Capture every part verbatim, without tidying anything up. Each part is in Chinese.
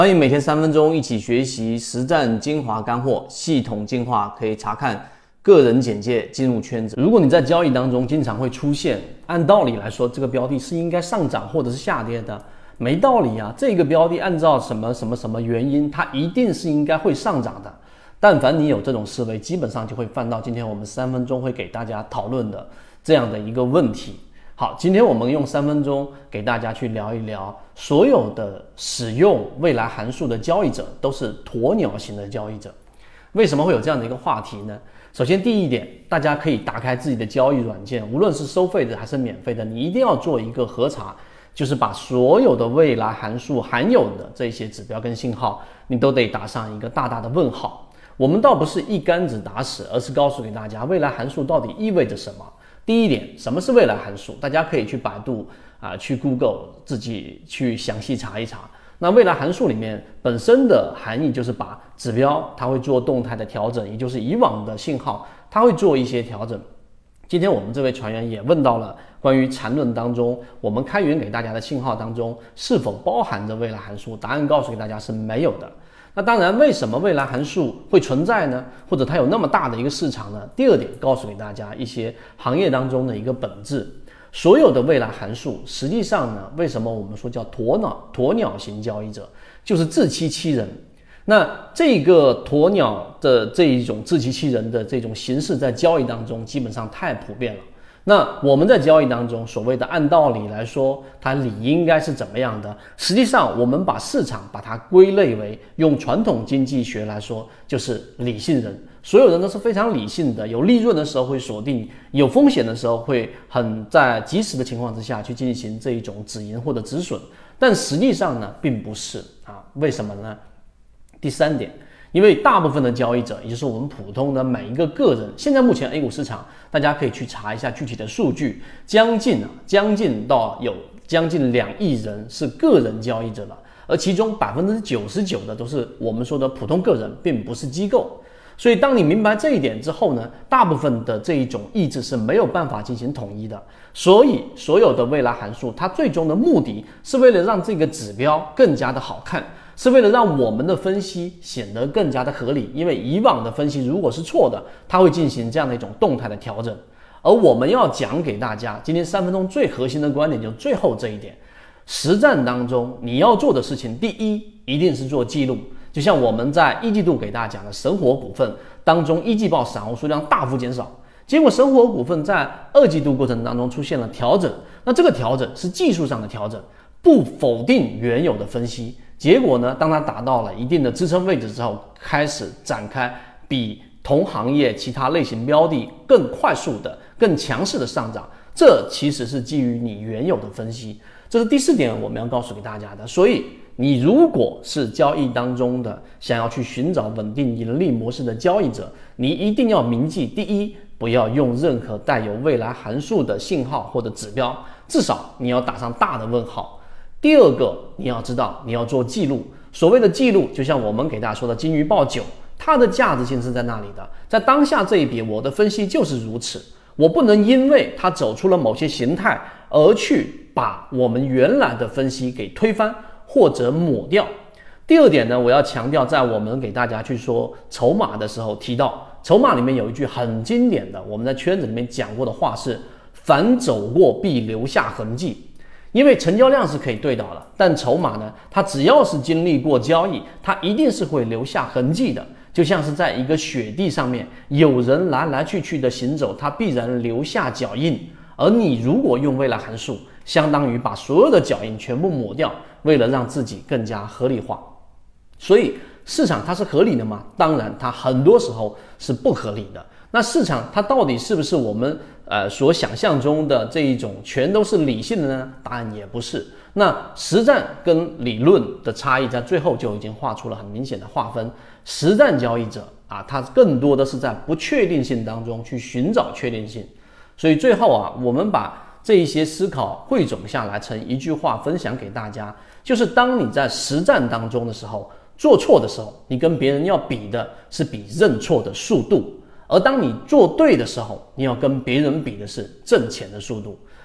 欢迎每天三分钟一起学习实战精华干货，系统精华可以查看个人简介进入圈子。如果你在交易当中经常会出现，按道理来说这个标的是应该上涨或者是下跌的，没道理啊，这个标的按照什么什么什么原因，它一定是应该会上涨的。但凡你有这种思维，基本上就会犯到今天我们三分钟会给大家讨论的这样的一个问题。好，今天我们用三分钟给大家去聊一聊，所有的使用未来函数的交易者都是鸵鸟型的交易者。为什么会有这样的一个话题呢？首先第一点，大家可以打开自己的交易软件，无论是收费的还是免费的，你一定要做一个核查，就是把所有的未来函数含有的这些指标跟信号，你都得打上一个大大的问号。我们倒不是一竿子打死，而是告诉给大家未来函数到底意味着什么。第一点，什么是未来函数？大家可以去百度啊、呃，去 Google 自己去详细查一查。那未来函数里面本身的含义就是把指标它会做动态的调整，也就是以往的信号它会做一些调整。今天我们这位船员也问到了关于缠论当中我们开源给大家的信号当中是否包含着未来函数，答案告诉给大家是没有的。那当然，为什么未来函数会存在呢？或者它有那么大的一个市场呢？第二点，告诉给大家一些行业当中的一个本质。所有的未来函数，实际上呢，为什么我们说叫鸵鸟鸵鸟型交易者，就是自欺欺人。那这个鸵鸟的这一种自欺欺人的这种形式，在交易当中基本上太普遍了。那我们在交易当中所谓的按道理来说，它理应该是怎么样的？实际上我们把市场把它归类为，用传统经济学来说就是理性人，所有人都是非常理性的，有利润的时候会锁定，有风险的时候会很在及时的情况之下去进行这一种止盈或者止损。但实际上呢并不是啊，为什么呢？第三点，因为大部分的交易者，也就是我们普通的每一个个人，现在目前 A 股市场，大家可以去查一下具体的数据，将近啊，将近到有将近两亿人是个人交易者了，而其中百分之九十九的都是我们说的普通个人，并不是机构。所以当你明白这一点之后呢，大部分的这一种意志是没有办法进行统一的。所以所有的未来函数，它最终的目的是为了让这个指标更加的好看，是为了让我们的分析显得更加的合理。因为以往的分析如果是错的，它会进行这样的一种动态的调整。而我们要讲给大家今天三分钟最核心的观点，就是最后这一点。实战当中你要做的事情，第一一定是做记录。就像我们在一季度给大家讲的神火股份当中，一季报散户数量大幅减少，结果神火股份在二季度过程当中出现了调整，那这个调整是技术上的调整，不否定原有的分析。结果呢，当它达到了一定的支撑位置之后，开始展开比同行业其他类型标的更快速的、更强势的上涨。这其实是基于你原有的分析，这是第四点我们要告诉给大家的。所以你如果是交易当中的想要去寻找稳定盈利模式的交易者，你一定要铭记：第一，不要用任何带有未来函数的信号或者指标，至少你要打上大的问号。第二个，你要知道你要做记录。所谓的记录，就像我们给大家说的金鱼报酒，它的价值性是在那里的。在当下这一笔，我的分析就是如此，我不能因为它走出了某些形态而去把我们原来的分析给推翻或者抹掉。第二点呢，我要强调，在我们给大家去说筹码的时候提到，筹码里面有一句很经典的，我们在圈子里面讲过的话是：凡走过必留下痕迹。因为成交量是可以对到的，但筹码呢，它只要是经历过交易，它一定是会留下痕迹的。就像是在一个雪地上面，有人来来去去的行走，它必然留下脚印。而你如果用未来函数，相当于把所有的脚印全部抹掉，为了让自己更加合理化。所以市场它是合理的吗？当然它很多时候是不合理的。那市场它到底是不是我们呃所想象中的这一种全都是理性的呢？答案也不是。那实战跟理论的差异在最后就已经画出了很明显的划分。实战交易者啊，他更多的是在不确定性当中去寻找确定性。所以最后啊，我们把这一些思考汇总下来成一句话分享给大家，就是当你在实战当中的时候，做错的时候，你跟别人要比的是比认错的速度。而当你做对的时候，你要跟别人比的是挣钱的速度。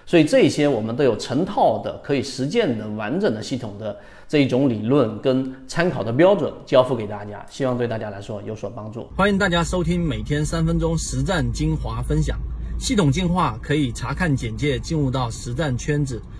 所以这些我们都有成套的可以实践的完整的系统的这一种理论跟参考的标准交付给大家，希望对大家来说有所帮助。欢迎大家收听每天三分钟实战精华分享，系统进化可以查看简介进入到实战圈子。